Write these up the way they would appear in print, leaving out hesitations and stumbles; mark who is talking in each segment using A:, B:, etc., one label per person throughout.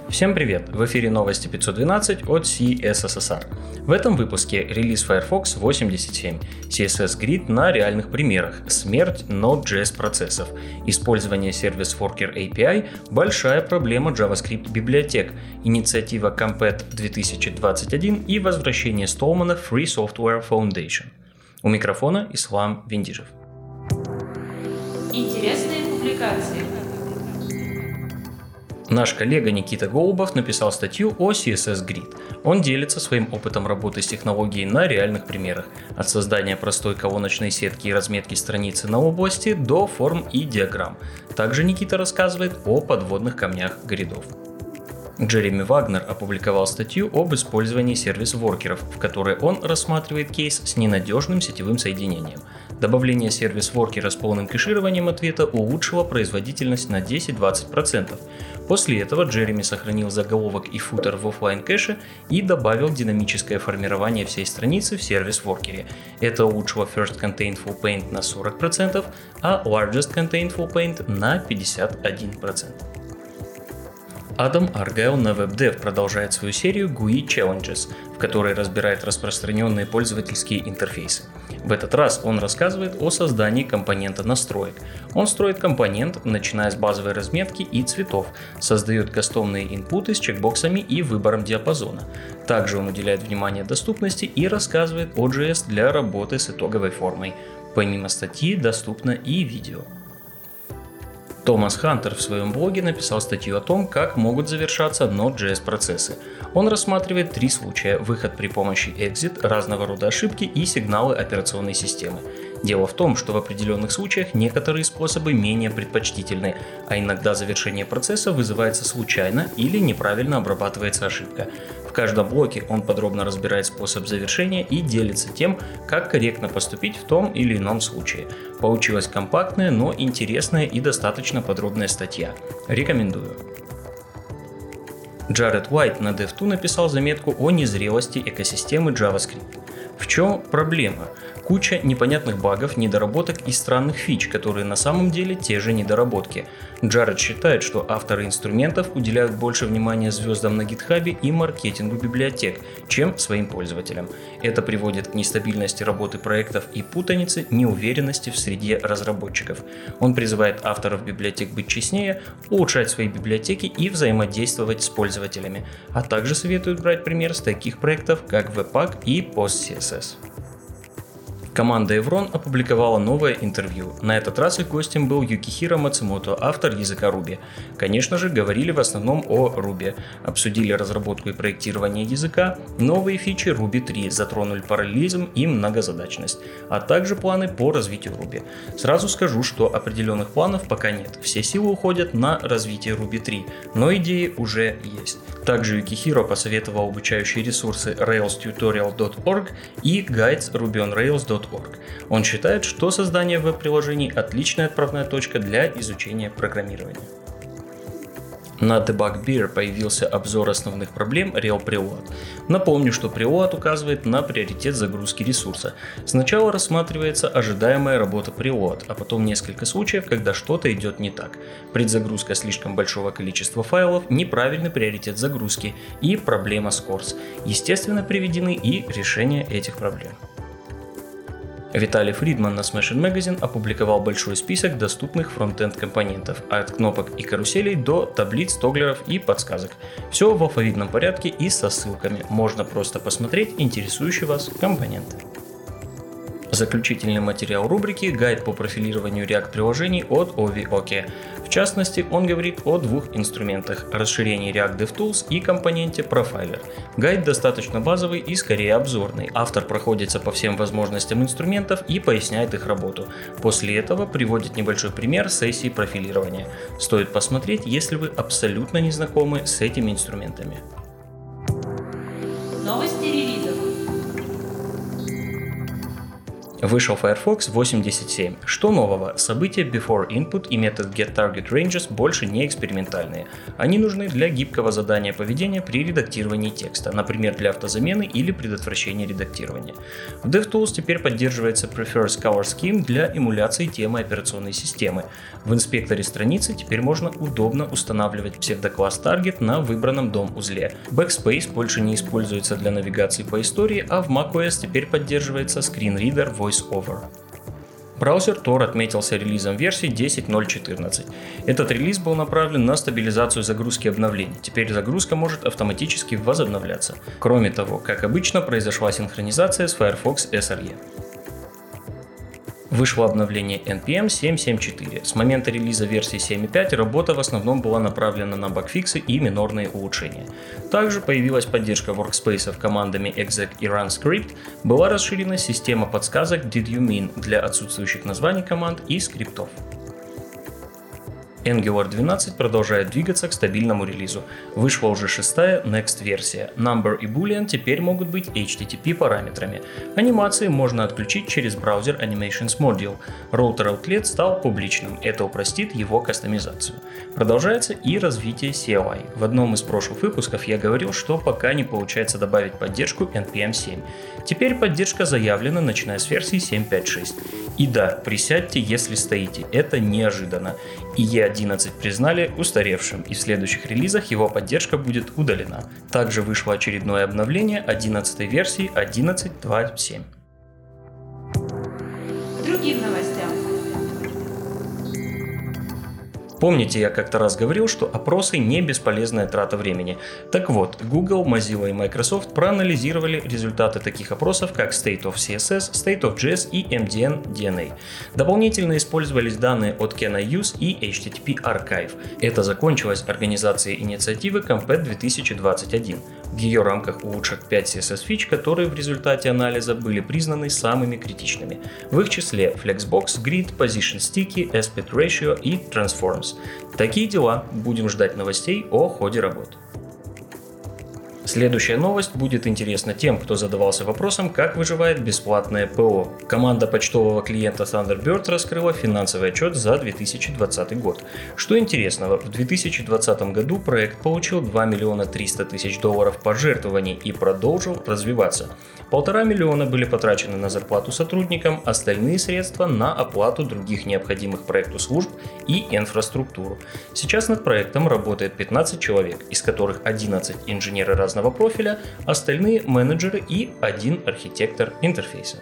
A: Всем привет! В эфире новости 512 от CSSR. В этом выпуске релиз Firefox 87, CSS Grid на реальных примерах, смерть Node.js процессов, использование Service Worker API, большая проблема JavaScript библиотек, инициатива Compat 2021 и возвращение Столмана Free Software Foundation. У микрофона Ислам Виндижев.
B: Интересные публикации.
A: Наш коллега Никита Голубов написал статью о CSS Grid. Он делится своим опытом работы с технологией на реальных примерах, от создания простой колоночной сетки и разметки страницы на области до форм и диаграмм. Также Никита рассказывает о подводных камнях гридов. Джереми Вагнер опубликовал статью об использовании сервис-воркеров, в которой он рассматривает кейс с ненадежным сетевым соединением. Добавление сервис-воркера с полным кэшированием ответа улучшило производительность на 10-20%. После этого Джереми сохранил заголовок и футер в офлайн кэше и добавил динамическое формирование всей страницы в сервис-воркере. Это улучшило First Contentful Paint на 40%, а Largest Contentful Paint на 51%. Адам Аргайл на WebDev продолжает свою серию GUI Challenges, в которой разбирает распространенные пользовательские интерфейсы. В этот раз он рассказывает о создании компонента настроек. Он строит компонент, начиная с базовой разметки и цветов, создает кастомные инпуты с чекбоксами и выбором диапазона. Также он уделяет внимание доступности и рассказывает о JS для работы с итоговой формой. Помимо статьи доступно и видео. Томас Хантер в своем блоге написал статью о том, как могут завершаться Node.js процессы. Он рассматривает 3 случая: выход при помощи exit, разного рода ошибки и сигналы операционной системы. Дело в том, что в определенных случаях некоторые способы менее предпочтительны, а иногда завершение процесса вызывается случайно или неправильно обрабатывается ошибка. В каждом блоке он подробно разбирает способ завершения и делится тем, как корректно поступить в том или ином случае. Получилась компактная, но интересная и достаточно подробная статья. Рекомендую. Джаред Уайт на Dev2 написал заметку о незрелости экосистемы JavaScript. В чем проблема? Куча непонятных багов, недоработок и странных фич, которые на самом деле те же недоработки. Джаред считает, что авторы инструментов уделяют больше внимания звездам на GitHub и маркетингу библиотек, чем своим пользователям. Это приводит к нестабильности работы проектов и путанице, неуверенности в среде разработчиков. Он призывает авторов библиотек быть честнее, улучшать свои библиотеки и взаимодействовать с пользователями, а также советует брать пример с таких проектов, как Webpack и PostCSS. Команда Evron опубликовала новое интервью. На этот раз их гостем был Юкихиро Мацумото, автор языка Ruby. Конечно же, говорили в основном о Ruby. Обсудили разработку и проектирование языка, новые фичи Ruby 3, затронули параллелизм и многозадачность, а также планы по развитию Ruby. Сразу скажу, что определенных планов пока нет. Все силы уходят на развитие Ruby 3, но идеи уже есть. Также Юкихиро посоветовал обучающие ресурсы railstutorial.org и guides rubyonrails.org. Он считает, что создание веб-приложений – отличная отправная точка для изучения программирования. На Debug.Beer появился обзор основных проблем Rail Preload. Напомню, что Preload указывает на приоритет загрузки ресурса. Сначала рассматривается ожидаемая работа Preload, а потом несколько случаев, когда что-то идет не так. Предзагрузка слишком большого количества файлов, неправильный приоритет загрузки и проблема с CORS. Естественно, приведены и решения этих проблем. Виталий Фридман на Smashing Magazine опубликовал большой список доступных фронтенд компонентов, от кнопок и каруселей до таблиц, тоглеров и подсказок. Все в алфавитном порядке и со ссылками. Можно просто посмотреть интересующие вас компоненты. Заключительный материал рубрики «Гайд по профилированию React-приложений» от Ови Оке. В частности, он говорит о 2 инструментах – расширении React DevTools и компоненте Profiler. Гайд достаточно базовый и скорее обзорный. Автор проходится по всем возможностям инструментов и поясняет их работу. После этого приводит небольшой пример сессии профилирования. Стоит посмотреть, если вы абсолютно не знакомы с этими инструментами.
B: Новости релизов.
A: Вышел Firefox 87. Что нового? События Before Input и метод getTargetRanges больше не экспериментальные. Они нужны для гибкого задания поведения при редактировании текста, например, для автозамены или предотвращения редактирования. В DevTools теперь поддерживается Prefers Color Scheme для эмуляции темы операционной системы. В инспекторе страницы теперь можно удобно устанавливать псевдокласс Target на выбранном DOM-узле. Backspace больше не используется для навигации по истории, а в macOS теперь поддерживается скринридер VoiceOver. Браузер Tor отметился релизом версии 10.0.14. Этот релиз был направлен на стабилизацию загрузки обновлений. Теперь загрузка может автоматически возобновляться. Кроме того, как обычно, произошла синхронизация с Firefox SRE. Вышло обновление NPM 7.7.4. С момента релиза версии 7.5 работа в основном была направлена на багфиксы и минорные улучшения. Также появилась поддержка workspace'ов командами exec и run script, была расширена система подсказок Did You Mean для отсутствующих названий команд и скриптов. Angular 12 продолжает двигаться к стабильному релизу. Вышла уже 6-я Next версия. Number и Boolean теперь могут быть HTTP параметрами. Анимации можно отключить через браузер Animations Module. Router Outlet стал публичным, это упростит его кастомизацию. Продолжается и развитие CLI. В одном из прошлых выпусков я говорил, что пока не получается добавить поддержку NPM 7. Теперь поддержка заявлена, начиная с версии 7.5.6. И да, присядьте, если стоите, это неожиданно. И E11 признали устаревшим, и в следующих релизах его поддержка будет удалена. Также вышло очередное обновление 11 версии 11.2.7.
B: Другим новостям.
A: Помните, я как-то раз говорил, что опросы не бесполезная трата времени. Так вот, Google, Mozilla и Microsoft проанализировали результаты таких опросов, как State of CSS, State of JS и MDN DNA. Дополнительно использовались данные от CanIUse и HTTP Archive. Это закончилось организацией инициативы Compet 2021. В ее рамках улучшат 5 CSS-фич, которые в результате анализа были признаны самыми критичными. В их числе Flexbox, Grid, Position Sticky, Aspect Ratio и Transforms. Такие дела, будем ждать новостей о ходе работ. Следующая новость будет интересна тем, кто задавался вопросом, как выживает бесплатное ПО. Команда почтового клиента Thunderbird раскрыла финансовый отчет за 2020 год. Что интересного, в 2020 году проект получил $2 300 000 пожертвований и продолжил развиваться. $1,5 миллиона были потрачены на зарплату сотрудникам, остальные средства на оплату других необходимых проекту служб и инфраструктуру. Сейчас над проектом работает 15 человек, из которых 11 инженеры разного профиля, остальные менеджеры и 1 архитектор интерфейса.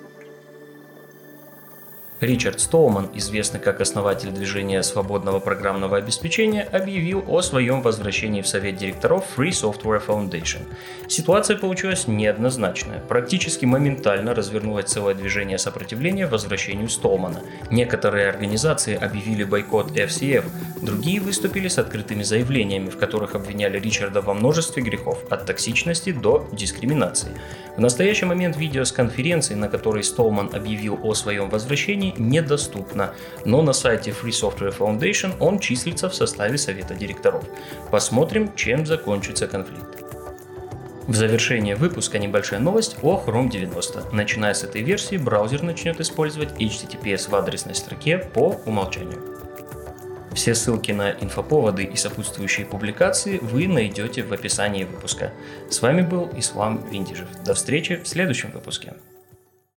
A: Ричард Столман, известный как основатель движения свободного программного обеспечения, объявил о своем возвращении в совет директоров Free Software Foundation. Ситуация получилась неоднозначная. Практически моментально развернулось целое движение сопротивления возвращению Столмана. Некоторые организации объявили бойкот FCF, другие выступили с открытыми заявлениями, в которых обвиняли Ричарда во множестве грехов, от токсичности до дискриминации. В настоящий момент видео с конференции, на которой Столман объявил о своем возвращении, недоступно, но на сайте Free Software Foundation он числится в составе совета директоров. Посмотрим, чем закончится конфликт. В завершение выпуска небольшая новость о Chrome 90. Начиная с этой версии, браузер начнет использовать HTTPS в адресной строке по умолчанию. Все ссылки на инфоповоды и сопутствующие публикации вы найдете в описании выпуска. С вами был Ислам Виндижев. До встречи в следующем выпуске.